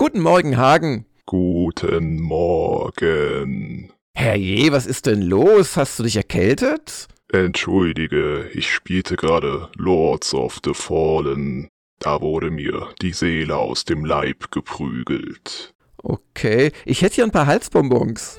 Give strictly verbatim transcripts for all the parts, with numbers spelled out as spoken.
Guten Morgen, Hagen. Guten Morgen. Herrje, was ist denn los? Hast du dich erkältet? Entschuldige, ich spielte gerade Lords of the Fallen. Da wurde mir die Seele aus dem Leib geprügelt. Okay, ich hätte hier ein paar Halsbonbons.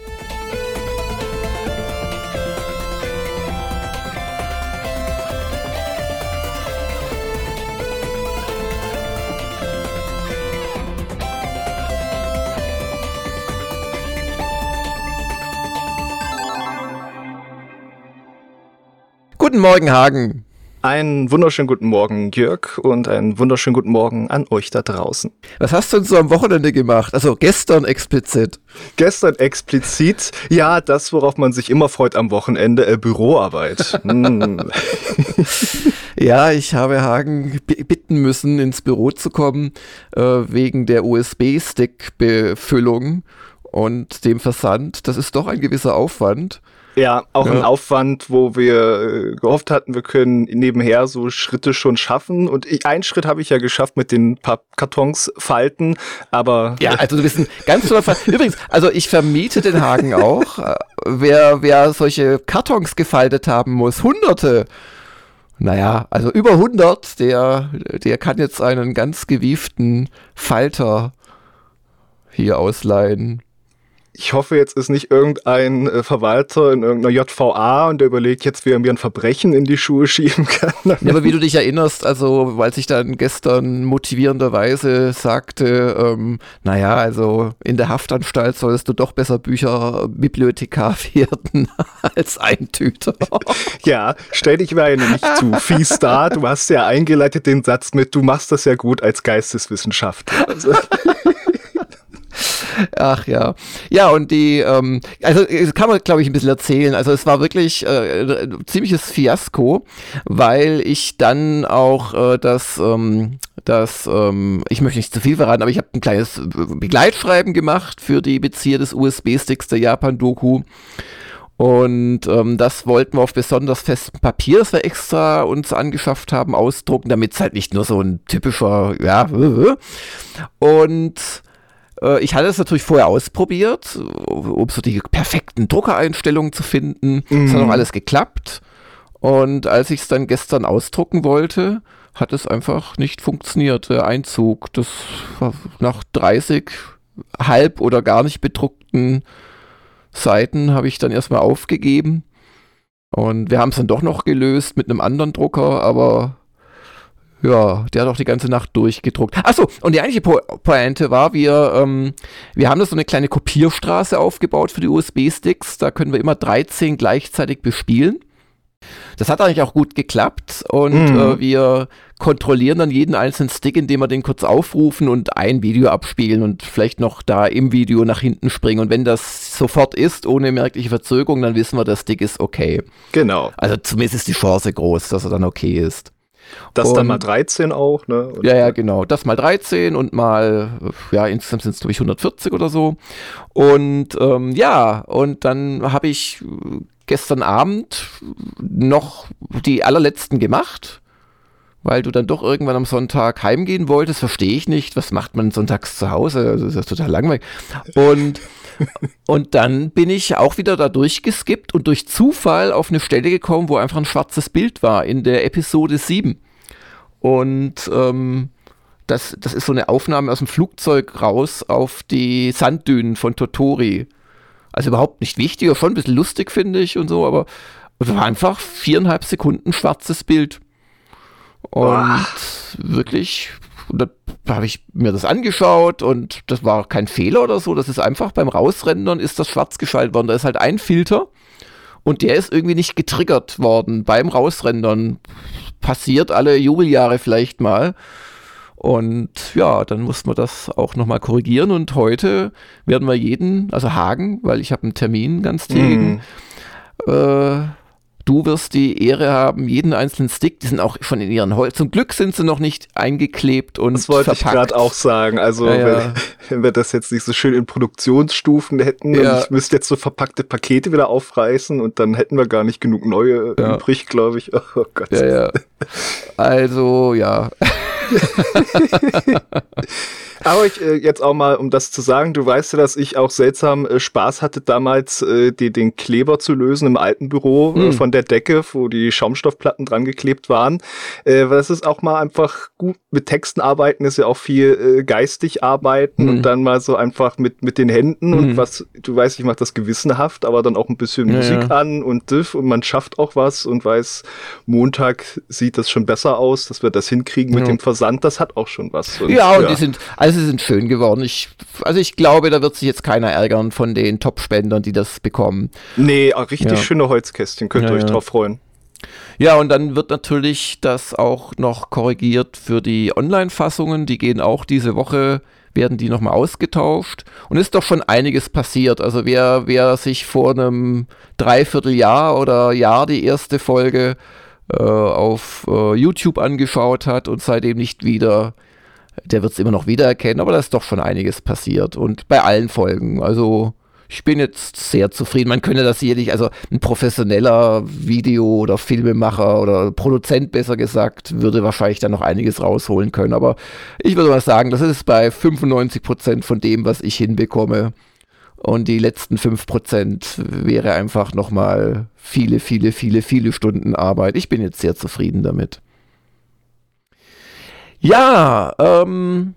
Guten Morgen, Hagen. Einen wunderschönen guten Morgen, Jörg, und einen wunderschönen guten Morgen an euch da draußen. Was hast du denn so am Wochenende gemacht? Also gestern explizit. Gestern explizit, ja, das, worauf man sich immer freut am Wochenende, äh, Büroarbeit. mm. Ja, ich habe Hagen b- bitten müssen, ins Büro zu kommen, äh, wegen der U S B-Stick-Befüllung und dem Versand. Das ist doch ein gewisser Aufwand. Ja, auch Ja. ein Aufwand, wo wir äh, gehofft hatten, wir können nebenher so Schritte schon schaffen. Und ich, einen Schritt habe ich ja geschafft mit den Pappkartons falten, aber... Ja, also du bist ein ganz toller Fall. Übrigens, also ich vermiete den Hagen auch. Äh, Wer, wer solche Kartons gefaltet haben muss, Hunderte. Naja, also über hundert, der, der kann jetzt einen ganz gewieften Falter hier ausleihen. Ich hoffe, jetzt ist nicht irgendein äh, Verwalter in irgendeiner J V A und der überlegt jetzt, wie er mir ein Verbrechen in die Schuhe schieben kann. Ja, aber wie du dich erinnerst, also weil ich dann gestern motivierenderweise sagte, ähm, naja, also in der Haftanstalt solltest du doch besser Bücherbibliothekar werden als Eintüter. Ja, stell dich mir nicht zu fies dar. Du hast ja eingeleitet den Satz mit, du machst das ja gut als Geisteswissenschaftler. Also. Ach ja. Ja, und die, ähm, also das kann man, glaube ich, ein bisschen erzählen. Also es war wirklich äh, ein ziemliches Fiasko, weil ich dann auch äh, das, ähm, das, ähm, ich möchte nicht zu viel verraten, aber ich habe ein kleines Begleitschreiben gemacht für die Bezieher des U S B-Sticks der Japan-Doku. Und ähm, das wollten wir auf besonders festem Papier, das wir extra uns angeschafft haben, ausdrucken, damit es halt nicht nur so ein typischer, ja, und ich hatte es natürlich vorher ausprobiert, um so die perfekten Druckereinstellungen zu finden. Es Mhm. hat auch alles geklappt. Und als ich es dann gestern ausdrucken wollte, hat es einfach nicht funktioniert. Der Einzug, das war nach dreißig halb oder gar nicht bedruckten Seiten habe ich dann erstmal aufgegeben. Und wir haben es dann doch noch gelöst mit einem anderen Drucker, aber ja, der hat auch die ganze Nacht durchgedruckt. Achso, und die eigentliche po- Pointe war, wir, ähm, wir haben da so eine kleine Kopierstraße aufgebaut für die U S B-Sticks. Da können wir immer dreizehn gleichzeitig bespielen. Das hat eigentlich auch gut geklappt und Mhm. äh, wir kontrollieren dann jeden einzelnen Stick, indem wir den kurz aufrufen und ein Video abspielen und vielleicht noch da im Video nach hinten springen. Und wenn das sofort ist, ohne merkliche Verzögerung, dann wissen wir, der Stick ist okay. Genau. Also zumindest ist die Chance groß, dass er dann okay ist. Das dann Und- mal dreizehn auch, ne? Und Ja, ja, genau. Das mal dreizehn und mal, ja, insgesamt sind es, glaube ich, hundertvierzig oder so. Und ähm, ja, und dann habe ich äh, gestern Abend noch die allerletzten gemacht, weil du dann doch irgendwann am Sonntag heimgehen wolltest. Verstehe ich nicht. Was macht man sonntags zu Hause? Also, das ist total langweilig. Und Und dann bin ich auch wieder da durchgeskippt und durch Zufall auf eine Stelle gekommen, wo einfach ein schwarzes Bild war in der Episode sieben. Und ähm, das, das ist so eine Aufnahme aus dem Flugzeug raus auf die Sanddünen von Totori. Also überhaupt nicht wichtig, schon ein bisschen lustig, finde ich und so, aber es war einfach viereinhalb Sekunden schwarzes Bild. Und Boah. wirklich, da habe ich mir das angeschaut und das war kein Fehler oder so, das ist einfach beim Rausrendern ist das schwarz geschaltet worden. Da ist halt ein Filter und der ist irgendwie nicht getriggert worden beim Rausrendern. Passiert alle Jubeljahre vielleicht mal. Und ja, dann muss man das auch nochmal korrigieren und heute werden wir jeden, also Hagen, weil ich habe einen Termin ganztägigen, Mhm. äh, du wirst die Ehre haben, jeden einzelnen Stick, die sind auch schon in ihren Holz. Zum Glück sind sie noch nicht eingeklebt und Das wollte ich verpackt. gerade auch sagen. Also, Ja, ja. Wenn, wenn wir das jetzt nicht so schön in Produktionsstufen hätten Ja. und ich müsste jetzt so verpackte Pakete wieder aufreißen und dann hätten wir gar nicht genug neue Ja. übrig, glaube ich. Oh Gott. Ja, ja. Also, ja. Aber ich äh, jetzt auch mal, um das zu sagen, du weißt ja, dass ich auch seltsam äh, Spaß hatte, damals äh, die, den Kleber zu lösen im alten Büro äh, Hm. von der Decke, wo die Schaumstoffplatten dran geklebt waren. Äh, weil das ist auch mal einfach gut, mit Texten arbeiten ist ja auch viel äh, geistig arbeiten Hm. und dann mal so einfach mit, mit den Händen Hm. und was, du weißt, ich mache das gewissenhaft, aber dann auch ein bisschen Ja, Musik ja. an und Diff und man schafft auch was und weiß, Montag sieht das schon besser aus, dass wir das hinkriegen mit Ja. dem Versand, das hat auch schon was. Und, Ja, und die sind, also sie sind schön geworden. Ich, also ich glaube, da wird sich jetzt keiner ärgern von den Top-Spendern, die das bekommen. Nee, auch richtig Ja. schöne Holzkästchen, könnt ihr Ja, euch ja. drauf freuen. Ja, und dann wird natürlich das auch noch korrigiert für die Online-Fassungen. Die gehen auch diese Woche, werden die nochmal ausgetauscht. Und ist doch schon einiges passiert. Also wer, wer sich vor einem Dreivierteljahr oder Jahr die erste Folge äh, auf äh, YouTube angeschaut hat und seitdem nicht wieder, der wird es immer noch wiedererkennen, aber da ist doch schon einiges passiert. Und bei allen Folgen, also ich bin jetzt sehr zufrieden. Man könnte das sicherlich, also ein professioneller Video- oder Filmemacher oder Produzent besser gesagt, würde wahrscheinlich dann noch einiges rausholen können. Aber ich würde mal sagen, das ist bei fünfundneunzig Prozent von dem, was ich hinbekomme. Und die letzten fünf Prozent wäre einfach nochmal viele, viele, viele, viele Stunden Arbeit. Ich bin jetzt sehr zufrieden damit. Ja, ähm,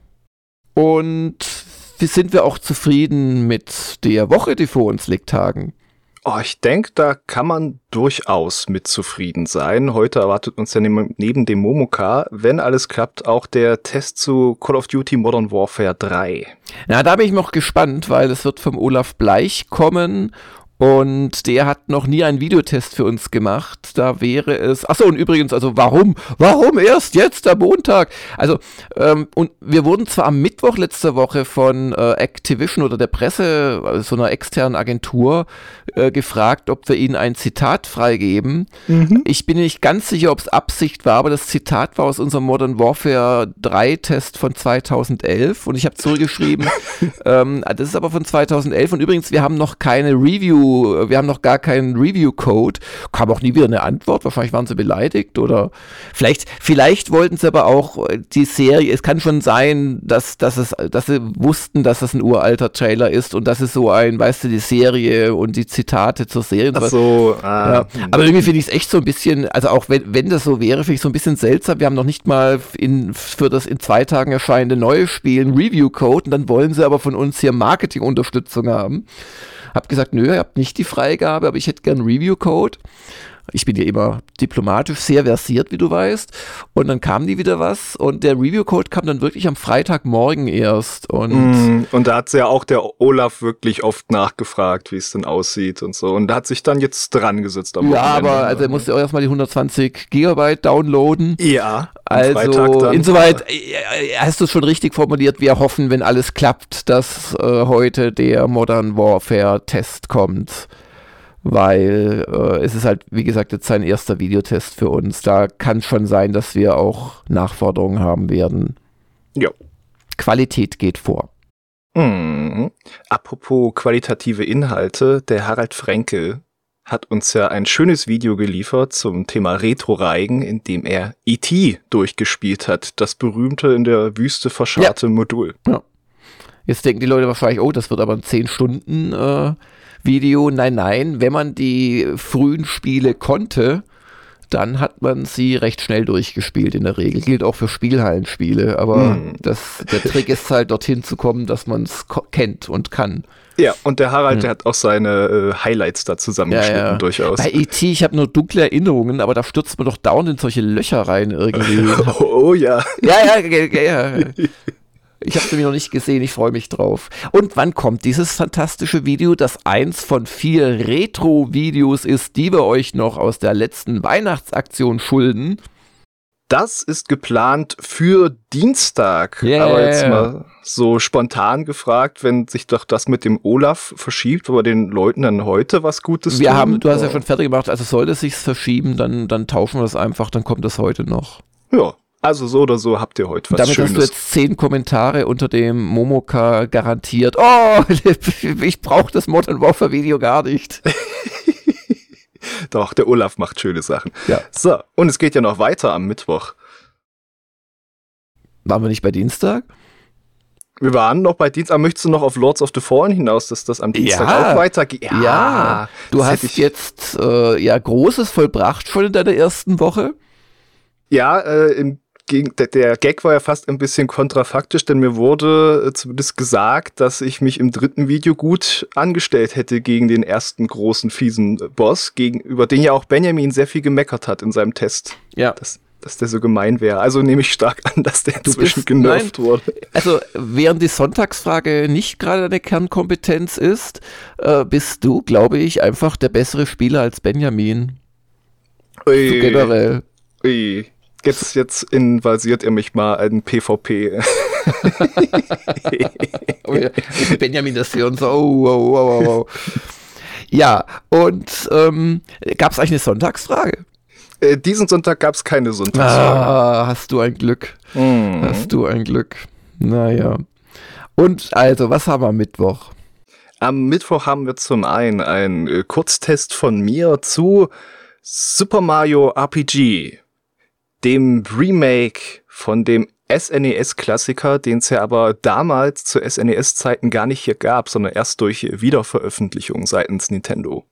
und wie sind wir auch zufrieden mit der Woche, die vor uns liegt, Hagen? Oh, ich denke, da kann man durchaus mit zufrieden sein. Heute erwartet uns ja neben, neben dem Momoka, wenn alles klappt, auch der Test zu Call of Duty Modern Warfare drei. Na, da bin ich noch gespannt, weil es wird vom Olaf Bleich kommen. Und der hat noch nie einen Videotest für uns gemacht. Da wäre es. Achso, und übrigens, also warum? Warum erst jetzt der Montag? Also, ähm, und wir wurden zwar am Mittwoch letzter Woche von äh, Activision oder der Presse, also so einer externen Agentur, äh, gefragt, ob wir ihnen ein Zitat freigeben. Mhm. Ich bin nicht ganz sicher, ob es Absicht war, aber das Zitat war aus unserem Modern Warfare drei Test von zweitausendelf. Und ich habe zurückgeschrieben, ähm, das ist aber von zweitausendelf. Und übrigens, wir haben noch keine Review. Wir haben noch gar keinen Review-Code. Kam auch nie wieder eine Antwort. Wahrscheinlich waren sie beleidigt oder vielleicht, vielleicht wollten sie aber auch die Serie. Es kann schon sein, dass, dass, es, dass sie wussten, dass das ein uralter Trailer ist und das ist so ein, weißt du, die Serie und die Zitate zur Serie. Ach so, ah. Ja. Aber irgendwie finde ich es echt so ein bisschen, also auch wenn, wenn das so wäre, finde ich es so ein bisschen seltsam. Wir haben noch nicht mal in, für das in zwei Tagen erscheinende neue Spiel einen Review-Code und dann wollen sie aber von uns hier Marketing-Unterstützung haben. Hab gesagt, nö, ihr habt nicht die Freigabe, aber ich hätte gern einen Review-Code. Ich bin ja immer diplomatisch sehr versiert, wie du weißt. Und dann kam die wieder was und der Review-Code kam dann wirklich am Freitagmorgen erst. Und, mm, und da hat ja auch der Olaf wirklich oft nachgefragt, wie es denn aussieht und so. Und da hat sich dann jetzt dran gesetzt. Am ja, Wochenende. aber also er musste auch erstmal die hundertzwanzig Gigabyte downloaden. Ja, am Also Freitag dann. insoweit äh, hast du es schon richtig formuliert. Wir hoffen, wenn alles klappt, dass äh, heute der Modern Warfare Test kommt. Weil äh, es ist halt, wie gesagt, jetzt sein erster Videotest für uns. Da kann schon sein, dass wir auch Nachforderungen haben werden. Ja. Qualität geht vor. Mhm. Apropos qualitative Inhalte, der Harald Frenkel hat uns ja ein schönes Video geliefert zum Thema Retro-Reigen, in dem er E T durchgespielt hat, das berühmte in der Wüste verscharrte ja. Modul. Ja. Jetzt denken die Leute wahrscheinlich, oh, das wird aber ein zehn Stunden äh, Video. Nein, nein, wenn man die frühen Spiele konnte, dann hat man sie recht schnell durchgespielt in der Regel. Gilt auch für Spielhallenspiele, aber hm. das, der Trick ist halt dorthin zu kommen, dass man es kennt und kann. Ja, und der Harald, hm. der hat auch seine äh, Highlights da zusammengeschnitten, ja, ja. durchaus. Bei E T, ich habe nur dunkle Erinnerungen, aber da stürzt man doch dauernd in solche Löcher rein irgendwie. oh, oh ja. Ja, ja, ja, ja. Ich habe es nämlich noch nicht gesehen, ich freue mich drauf. Und wann kommt dieses fantastische Video, das eins von vier Retro-Videos ist, die wir euch noch aus der letzten Weihnachtsaktion schulden? Das ist geplant für Dienstag. Yeah. Aber jetzt mal so spontan gefragt, wenn sich doch das mit dem Olaf verschiebt, aber den Leuten dann heute was Gutes wir tun. Haben, du hast ja schon fertig gemacht, also sollte es sich verschieben, dann, dann tauschen wir das einfach, dann kommt das heute noch. Ja. Also so oder so habt ihr heute was Damit Schönes. Damit hast du jetzt zehn Kommentare unter dem Momoka garantiert. Oh, ich brauche das Modern Warfare Video gar nicht. Doch, der Olaf macht schöne Sachen. Ja. So, und es geht ja noch weiter am Mittwoch. Waren wir nicht bei Dienstag? Wir waren noch bei Dienstag. Möchtest du noch auf Lords of the Fallen hinaus, dass das am Dienstag Ja. auch weitergeht? Ja, ja. Du hast ich... jetzt äh, ja Großes vollbracht schon in deiner ersten Woche. Ja, äh, im Gegen, der, der Gag war ja fast ein bisschen kontrafaktisch, denn mir wurde äh, zumindest gesagt, dass ich mich im dritten Video gut angestellt hätte gegen den ersten großen, fiesen Boss, gegen, über den ja auch Benjamin sehr viel gemeckert hat in seinem Test. Ja. Dass, dass der so gemein wäre. Also nehme ich stark an, dass der du inzwischen bist, genervt nein, wurde. Also, während die Sonntagsfrage nicht gerade eine Kernkompetenz ist, äh, bist du, glaube ich, einfach der bessere Spieler als Benjamin. Ui, so generell. Ui. Jetzt, jetzt invasiert ihr mich mal in PvP. Oh ja, Benjamin, das hier und so. Oh, oh, oh, oh. Ja, und ähm, gab es eigentlich eine Sonntagsfrage? Äh, diesen Sonntag gab es keine Sonntagsfrage. Ah, hast du ein Glück. Mhm. Hast du ein Glück. Naja. Und also, was haben wir am Mittwoch? Am Mittwoch haben wir zum einen einen äh, Kurztest von mir zu Super Mario R P G, dem Remake von dem S N E S-Klassiker, den es ja aber damals zu S N E S-Zeiten gar nicht hier gab, sondern erst durch Wiederveröffentlichung seitens Nintendo.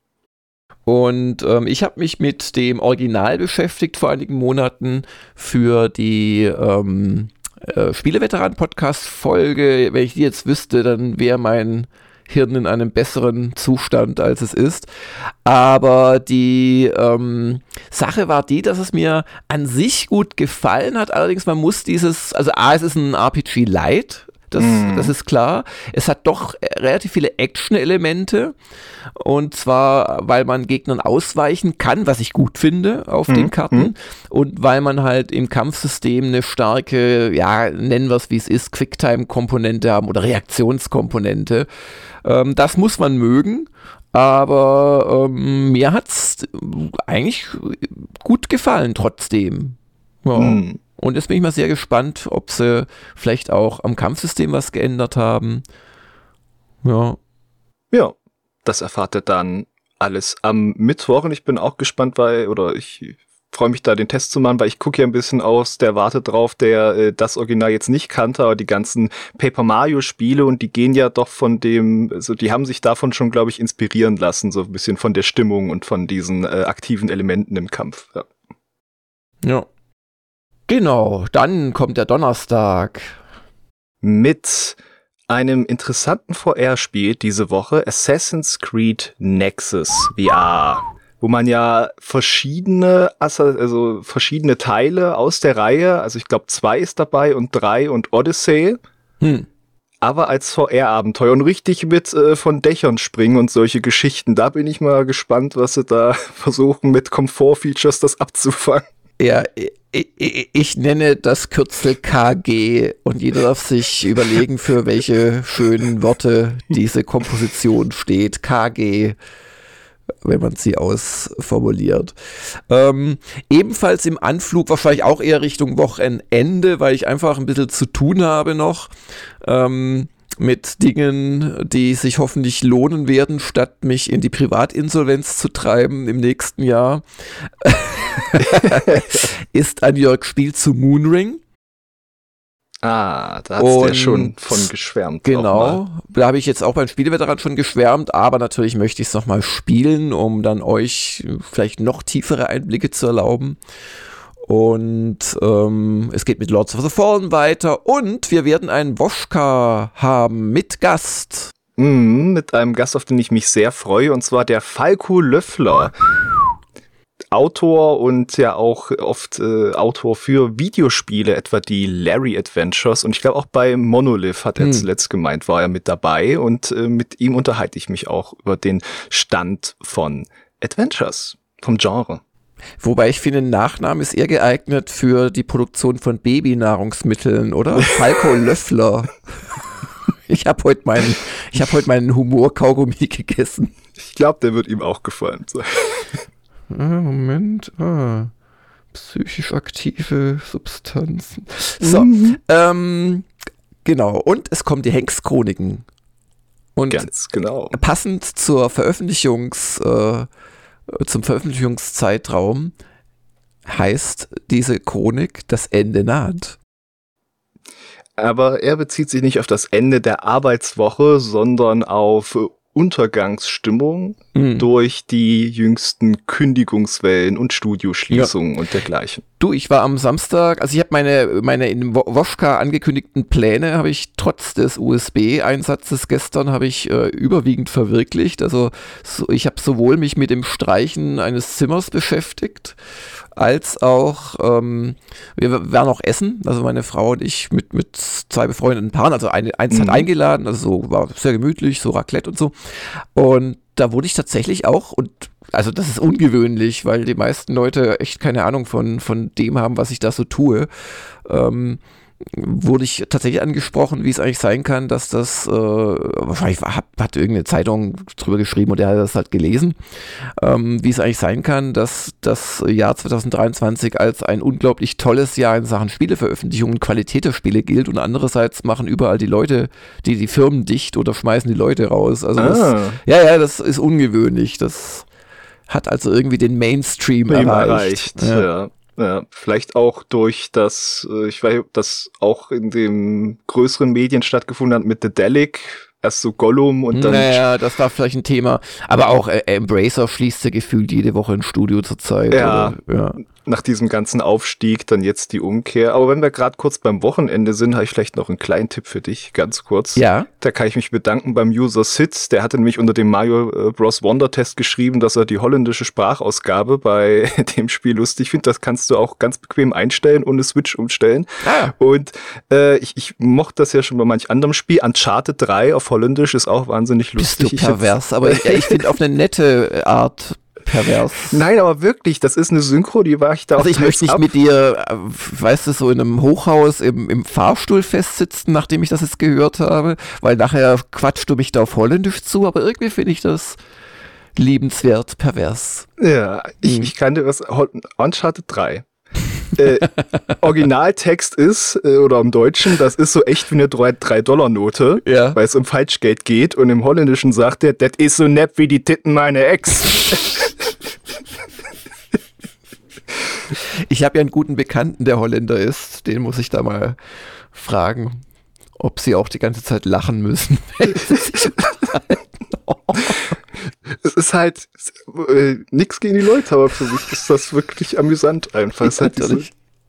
Und ähm, ich habe mich mit dem Original beschäftigt vor einigen Monaten für die ähm, äh, Spieleveteran-Podcast-Folge. Wenn ich die jetzt wüsste, dann wäre mein Hirn in einem besseren Zustand, als es ist. Aber die ähm, Sache war die, dass es mir an sich gut gefallen hat. Allerdings, man muss dieses, also A, es ist ein R P G Light, das, mm. das ist klar. Es hat doch relativ viele Action-Elemente. Und zwar, weil man Gegnern ausweichen kann, was ich gut finde auf mm. den Karten. Mm. Und weil man halt im Kampfsystem eine starke, ja, nennen wir es wie es ist, Quicktime-Komponente haben oder Reaktionskomponente. Ähm, das muss man mögen. Aber ähm, mir hat es eigentlich gut gefallen trotzdem. Ja. Mm. Und jetzt bin ich mal sehr gespannt, ob sie vielleicht auch am Kampfsystem was geändert haben. Ja. Ja, das erfahrt ihr dann alles am Mittwoch. Und ich bin auch gespannt, weil, oder ich freue mich da, den Test zu machen, weil ich gucke ja ein bisschen aus der Warte drauf, der äh, das Original jetzt nicht kannte, aber die ganzen Paper Mario Spiele, und die gehen ja doch von dem, also die haben sich davon schon, glaube ich, inspirieren lassen, so ein bisschen von der Stimmung und von diesen äh, aktiven Elementen im Kampf. Ja. Ja. Genau, dann kommt der Donnerstag. Mit einem interessanten V R-Spiel diese Woche, Assassin's Creed Nexus V R, wo man ja verschiedene, also verschiedene Teile aus der Reihe, also ich glaube zwei ist dabei und drei und Odyssey, hm. aber als V R-Abenteuer und richtig mit äh, von Dächern springen und solche Geschichten. Da bin ich mal gespannt, was sie da versuchen mit Komfort-Features das abzufangen. Ja, ich, ich, ich nenne das Kürzel K G und jeder darf sich überlegen, für welche schönen Worte diese Komposition steht. K G, wenn man sie ausformuliert. Ähm, ebenfalls im Anflug, wahrscheinlich auch eher Richtung Wochenende, weil ich einfach ein bisschen zu tun habe noch. Ähm, mit Dingen, die sich hoffentlich lohnen werden, statt mich in die Privatinsolvenz zu treiben im nächsten Jahr, ist ein Jörg Spiel zu Moonring. Ah, da hast du ja schon von geschwärmt. Genau, da habe ich jetzt auch beim Spieleveteran schon geschwärmt, aber natürlich möchte ich es nochmal spielen, um dann euch vielleicht noch tiefere Einblicke zu erlauben. Und ähm, es geht mit Lords of the Fallen weiter und wir werden einen Woschka haben mit Gast. Mm, mit einem Gast, auf den ich mich sehr freue, und zwar der Falco Löffler. Autor und ja auch oft äh, Autor für Videospiele, etwa die Larry Adventures, und ich glaube auch bei Monolith hat er hm. zuletzt gemeint, war er mit dabei, und äh, mit ihm unterhalte ich mich auch über den Stand von Adventures, vom Genre. Wobei ich finde, Nachname ist eher geeignet für die Produktion von Babynahrungsmitteln, oder? Falco Löffler. Ich habe heute meinen, ich habe heute meinen Humor-Kaugummi gegessen. Ich glaube, der wird ihm auch gefallen sein. Ah, Moment, ah, psychisch aktive Substanzen. So, mhm. ähm, genau. Und es kommen die Hengst-Chroniken. Und ganz genau. Passend zur Veröffentlichungs, äh, zum Veröffentlichungszeitraum heißt diese Chronik, das Ende naht. Aber er bezieht sich nicht auf das Ende der Arbeitswoche, sondern auf Untergangsstimmung mhm. durch die jüngsten Kündigungswellen und Studioschließungen ja. und dergleichen. Du, ich war am Samstag, also ich habe meine, meine in Woschka angekündigten Pläne, habe ich trotz des U S B-Einsatzes gestern, habe ich äh, überwiegend verwirklicht. Also so, ich habe sowohl mich mit dem Streichen eines Zimmers beschäftigt, als auch, ähm, wir werden auch essen, also meine Frau und ich mit, mit zwei befreundeten Paaren, also eine, eins mhm. hat eingeladen, also so war sehr gemütlich, so Raclette und so. Und da wurde ich tatsächlich auch, und also das ist ungewöhnlich, weil die meisten Leute echt keine Ahnung von, von dem haben, was ich da so tue, ähm, wurde ich tatsächlich angesprochen, wie es eigentlich sein kann, dass das, äh, wahrscheinlich hat, hat irgendeine Zeitung drüber geschrieben und der hat das halt gelesen, ähm, wie es eigentlich sein kann, dass das Jahr zwanzig dreiundzwanzig als ein unglaublich tolles Jahr in Sachen Spieleveröffentlichung und Qualität der Spiele gilt und andererseits machen überall die Leute, die die Firmen dicht oder schmeißen die Leute raus. Also das, ah. ja, ja, das ist ungewöhnlich. Das hat also irgendwie den Mainstream erreicht. erreicht. Ja. ja. Ja, vielleicht auch durch das, ich weiß, ob das auch in dem größeren Medien stattgefunden hat mit The Delic, erst so Gollum und dann... Naja, das war vielleicht ein Thema, aber auch äh, Embracer schließt ja gefühlt jede Woche ein Studio zurzeit. Ja, oder, ja, nach diesem ganzen Aufstieg dann jetzt die Umkehr. Aber wenn wir gerade kurz beim Wochenende sind, habe ich vielleicht noch einen kleinen Tipp für dich, ganz kurz. Ja. Da kann ich mich bedanken beim User Sitz. Der hatte nämlich unter dem Mario Bros. Wonder Test geschrieben, dass er die holländische Sprachausgabe bei dem Spiel lustig findet. Das kannst du auch ganz bequem einstellen, ohne Switch umstellen. Ah. Und äh, ich, ich mochte das ja schon bei manch anderem Spiel. Uncharted drei auf Holländisch ist auch wahnsinnig lustig. Bist du pervers, aber ich, ich finde auf eine nette Art pervers. Nein, aber wirklich, das ist eine Synchro, die war ich da Also ich möchte nicht ab. mit dir, weißt du, so in einem Hochhaus im, im Fahrstuhl festsitzen, nachdem ich das jetzt gehört habe, weil nachher quatschst du mich da auf Holländisch zu, aber irgendwie finde ich das liebenswert pervers. Ja, ich, hm. ich kann dir was, Uncharted drei. äh, Originaltext ist, äh, oder im Deutschen, das ist so echt wie eine drei Dollar Note, ja. weil es um Falschgeld geht und im Holländischen sagt er, das ist so nett wie die Titten meiner Ex. Ich habe ja einen guten Bekannten, der Holländer ist, den muss ich da mal fragen, ob sie auch die ganze Zeit lachen müssen. Es ist halt äh, nichts gegen die Leute, aber für mich ist das wirklich amüsant einfach. Es Ja, hat diese,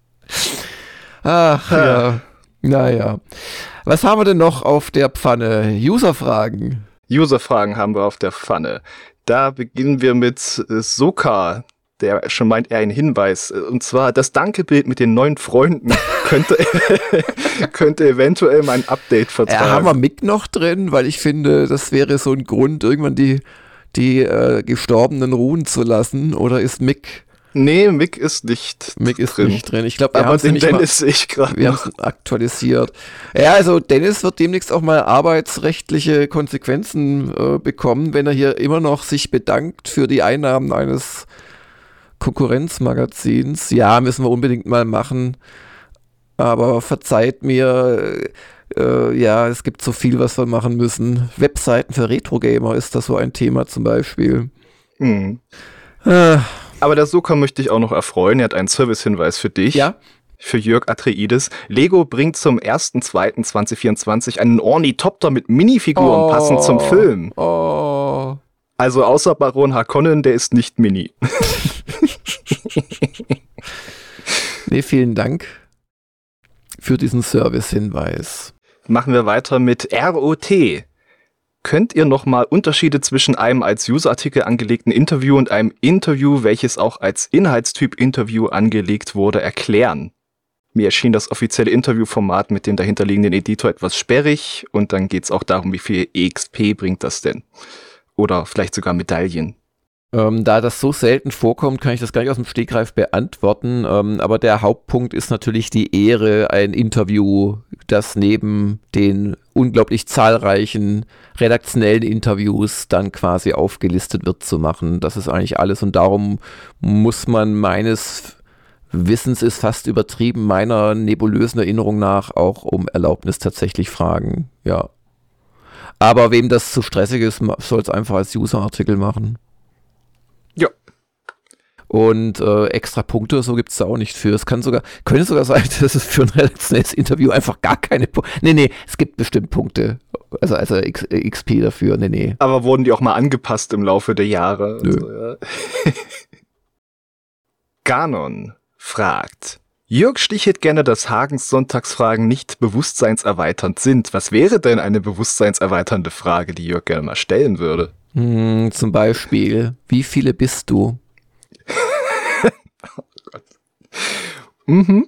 Ach ja. ja, naja. Was haben wir denn noch auf der Pfanne? User-Fragen. User-Fragen haben wir auf der Pfanne. Da beginnen wir mit äh, Soka, der schon meint, er einen Hinweis. Und zwar, das Dankebild mit den neuen Freunden könnte, könnte eventuell mal ein Update vertragen. Ja, haben wir Mick noch drin? Weil ich finde, das wäre so ein Grund, irgendwann die, die äh, Gestorbenen ruhen zu lassen. Oder ist Mick... Nee, Mick ist nicht Mick ist drin. nicht drin. Ich glaube, wir Aber haben es den nicht Dennis sehe ich gerade wir haben es aktualisiert. Ja, also Dennis wird demnächst auch mal arbeitsrechtliche Konsequenzen äh, bekommen, wenn er hier immer noch sich bedankt für die Einnahmen eines Konkurrenzmagazins. Ja, müssen wir unbedingt mal machen. Aber verzeiht mir, äh, ja, es gibt so viel, was wir machen müssen. Webseiten für Retro-Gamer ist das so ein Thema zum Beispiel. Mhm. Äh, Aber der Soka möchte ich auch noch erfreuen. Er hat einen Servicehinweis für dich. Ja. Für Jörg Atreides. Lego bringt zum ersten zweiten zweitausendvierundzwanzig einen Ornithopter mit Minifiguren Oh. passend zum Film. Oh. Also außer Baron Harkonnen, der ist nicht Mini. Nee, vielen Dank für diesen Service-Hinweis. Machen wir weiter mit R O T. Könnt ihr nochmal Unterschiede zwischen einem als User-Artikel angelegten Interview und einem Interview, welches auch als Inhaltstyp-Interview angelegt wurde, erklären? Mir erschien das offizielle Interviewformat mit dem dahinterliegenden Editor etwas sperrig und dann geht's auch darum, wie viel E X P bringt das denn? Oder vielleicht sogar Medaillen. Ähm, da das so selten vorkommt, kann ich das gar nicht aus dem Stegreif beantworten. Ähm, aber der Hauptpunkt ist natürlich die Ehre, ein Interview, das neben den unglaublich zahlreichen redaktionellen Interviews dann quasi aufgelistet wird, zu machen. Das ist eigentlich alles und darum muss man meines Wissens, ist fast übertrieben, meiner nebulösen Erinnerung nach auch um Erlaubnis tatsächlich fragen. Ja. Aber wem das zu stressig ist, soll es einfach als User-Artikel machen. Ja. Und äh, extra Punkte oder so gibt es da auch nicht für. Es kann sogar, könnte sogar sein, dass es für ein redaktionelles Interview einfach gar keine Punkte. Nee, nee, es gibt bestimmt Punkte. Also, also X, X P dafür, nee, nee. Aber wurden die auch mal angepasst im Laufe der Jahre? Nö. Also, ja. Ganon fragt: Jörg stichelt gerne, dass Hagens Sonntagsfragen nicht bewusstseinserweiternd sind. Was wäre denn eine bewusstseinserweiternde Frage, die Jörg gerne mal stellen würde? Hm, zum Beispiel, wie viele bist du? Oh Gott. Mhm.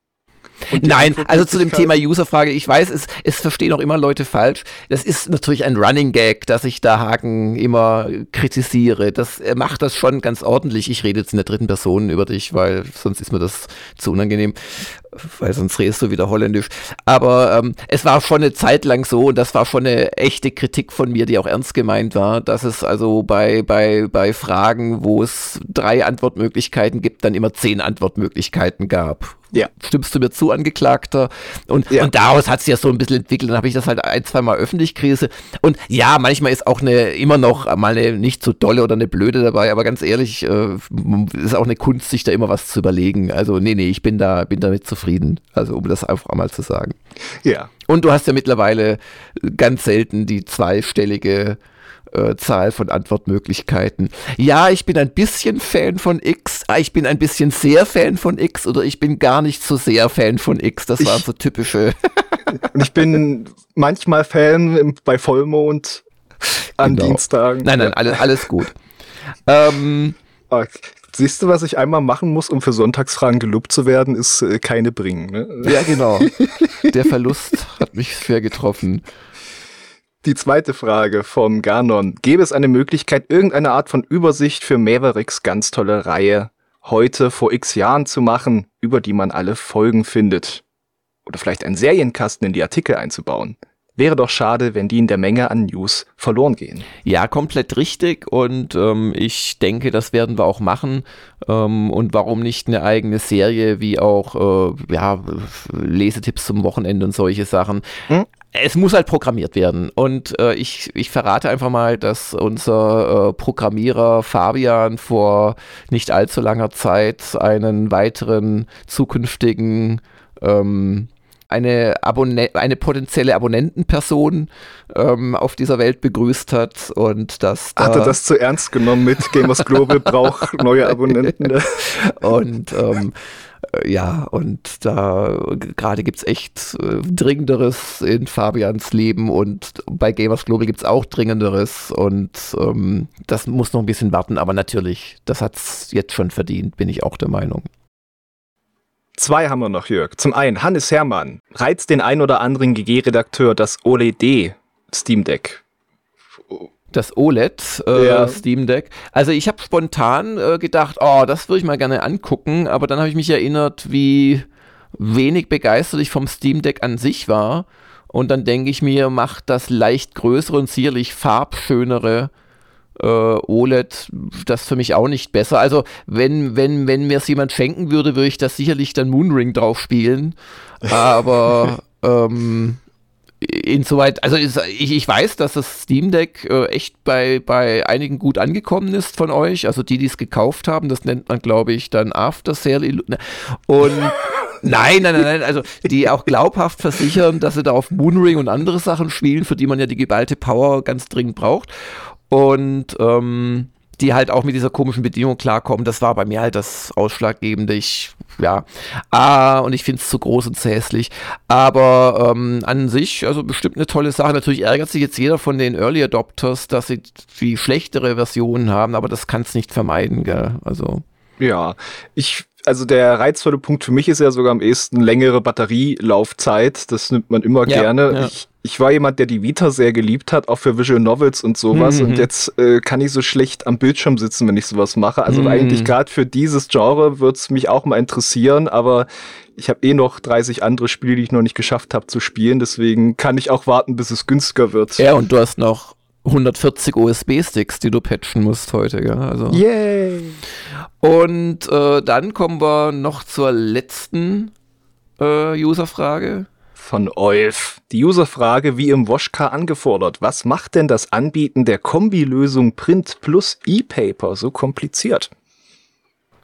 Nein, also zu dem Thema Userfrage, ich weiß, es, es verstehen auch immer Leute falsch. Das ist natürlich ein Running Gag, dass ich da Hagen immer kritisiere. Das, er macht das schon ganz ordentlich. Ich rede jetzt in der dritten Person über dich, weil sonst ist mir das zu unangenehm, weil sonst redest du wieder Holländisch. Aber ähm, es war schon eine Zeit lang so, und das war schon eine echte Kritik von mir, die auch ernst gemeint war, dass es also bei, bei, bei Fragen, wo es drei Antwortmöglichkeiten gibt, dann immer zehn Antwortmöglichkeiten gab. Ja. Stimmst du mir zu, Angeklagter? Und, ja. und daraus hat es ja so ein bisschen entwickelt. Dann habe ich das halt ein, zwei Mal öffentlich krise. Und ja, manchmal ist auch eine, immer noch mal eine nicht so dolle oder eine blöde dabei, aber ganz ehrlich, äh, ist auch eine Kunst, sich da immer was zu überlegen. Also nee, nee, ich bin da, bin damit zufrieden. Also um das einfach mal zu sagen. Ja. Und du hast ja mittlerweile ganz selten die zweistellige Äh, Zahl von Antwortmöglichkeiten. Ja, ich bin ein bisschen Fan von X, ah, ich bin ein bisschen sehr Fan von X oder ich bin gar nicht so sehr Fan von X. Das waren so typische. Und ich bin manchmal Fan bei Vollmond an genau. Dienstagen. Nein, nein, alles, alles gut. ähm, Siehst du, was ich einmal machen muss, um für Sonntagsfragen gelobt zu werden, ist äh, keine bringen. Ne? Ja, genau. Der Verlust hat mich schwer getroffen. Die zweite Frage vom Ganon. Gäbe es eine Möglichkeit, irgendeine Art von Übersicht für Mavericks ganz tolle Reihe heute vor x Jahren zu machen, über die man alle Folgen findet? Oder vielleicht einen Serienkasten in die Artikel einzubauen? Wäre doch schade, wenn die in der Menge an News verloren gehen. Ja, komplett richtig, und ähm, ich denke, das werden wir auch machen. Ähm, und warum nicht eine eigene Serie, wie auch äh, ja, Lesetipps zum Wochenende und solche Sachen. Hm? Es muss halt programmiert werden, und äh, ich, ich verrate einfach mal, dass unser äh, Programmierer Fabian vor nicht allzu langer Zeit einen weiteren zukünftigen ähm, eine, Abonne- eine potenzielle Abonnentenperson ähm, auf dieser Welt begrüßt hat, und das da hat er das zu ernst genommen mit Gamers Global braucht neue Abonnenten. und ähm, ja, und da gerade gibt es echt äh, Dringenderes in Fabians Leben, und bei Gamers Global gibt es auch Dringenderes, und ähm, das muss noch ein bisschen warten, aber natürlich, das hat es jetzt schon verdient, bin ich auch der Meinung. Zwei haben wir noch, Jörg. Zum einen, Hannes Hermann reizt den ein oder anderen G G-Redakteur das O L E D Steam Deck. Das O L E D äh, ja. Steam Deck. Also ich habe spontan äh, gedacht, oh, das würde ich mal gerne angucken, aber dann habe ich mich erinnert, wie wenig begeistert ich vom Steam Deck an sich war, und dann denke ich mir, macht das leicht größere und sicherlich farbschönere äh, O L E D das für mich auch nicht besser. Also wenn, wenn, wenn mir es jemand schenken würde, würde ich das sicherlich dann Moonring drauf spielen, aber ähm, insoweit, also ich, ich weiß, dass das Steam Deck äh, echt bei, bei einigen gut angekommen ist von euch, also die, die es gekauft haben, das nennt man, glaube ich, dann After Sale. Und nein, nein, nein, nein, also die auch glaubhaft versichern, dass sie da auf Moonring und andere Sachen spielen, für die man ja die geballte Power ganz dringend braucht, und ähm, die halt auch mit dieser komischen Bedienung klarkommen. Das war bei mir halt das Ausschlaggebende. Ich, ja, ah, und ich finde es zu groß und zu hässlich. Aber ähm, an sich, also bestimmt eine tolle Sache. Natürlich ärgert sich jetzt jeder von den Early Adopters, dass sie die schlechtere Versionen haben, aber das kann es nicht vermeiden, gell? Also. Ja, ich, also der reizvolle Punkt für mich ist ja sogar am ehesten längere Batterielaufzeit. Das nimmt man immer ja, gerne. Ja. Ich, ich war jemand, der die Vita sehr geliebt hat, auch für Visual Novels und sowas. Mhm. Und jetzt äh, kann ich so schlecht am Bildschirm sitzen, wenn ich sowas mache. Also mhm. eigentlich gerade für dieses Genre würde es mich auch mal interessieren, aber ich habe eh noch dreißig andere Spiele, die ich noch nicht geschafft habe zu spielen. Deswegen kann ich auch warten, bis es günstiger wird. Ja, und du hast noch hundertvierzig U S B-Sticks, die du patchen musst heute, gell? Also. Yay! Und äh, dann kommen wir noch zur letzten äh, Userfrage. Von Olf. Die Userfrage, wie im Woschka angefordert. Was macht denn das Anbieten der Kombilösung Print plus E-Paper so kompliziert?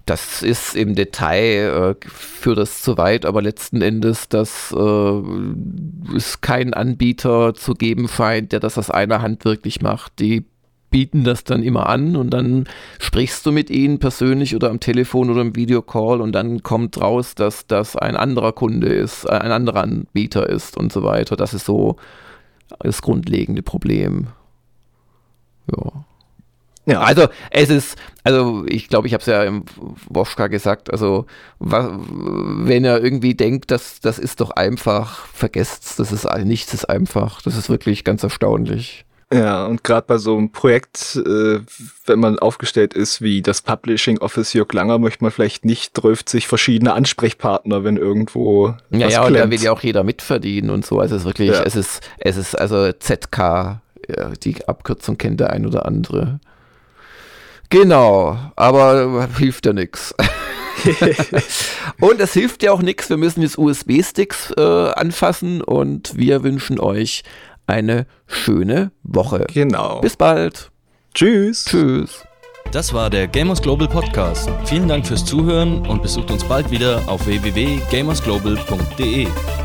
das ist im Detail, äh, führt das zu weit, aber letzten Endes, dass äh, es keinen Anbieter zu geben scheint, der das aus einer Hand wirklich macht. Die bieten das dann immer an und dann sprichst du mit ihnen persönlich oder am Telefon oder im Videocall und dann kommt raus, dass das ein anderer Kunde ist, ein anderer Anbieter ist und so weiter. Das ist so das grundlegende Problem. Ja. Ja. Also es ist, also ich glaube, ich habe es ja im Woschka gesagt, also was, wenn er irgendwie denkt, dass das ist doch einfach, vergesst's, das ist nichts ist einfach, das ist wirklich ganz erstaunlich. Ja, und gerade bei so einem Projekt, äh, wenn man aufgestellt ist wie das Publishing Office Jörg Langer, möchte man vielleicht nicht dreißig verschiedene Ansprechpartner, wenn irgendwo ja, was ja, klemmt. Und da will ja auch jeder mitverdienen und so, also es ist wirklich, ja. es ist, es ist also Z K, ja, die Abkürzung kennt der ein oder andere. Genau, aber hilft ja nix. Und es hilft ja auch nichts, wir müssen jetzt U S B-Sticks äh, anfassen und wir wünschen euch eine schöne Woche. Genau. Bis bald. Tschüss. Tschüss. Das war der Gamers Global Podcast. Vielen Dank fürs Zuhören und besucht uns bald wieder auf w w w punkt gamers global punkt d e.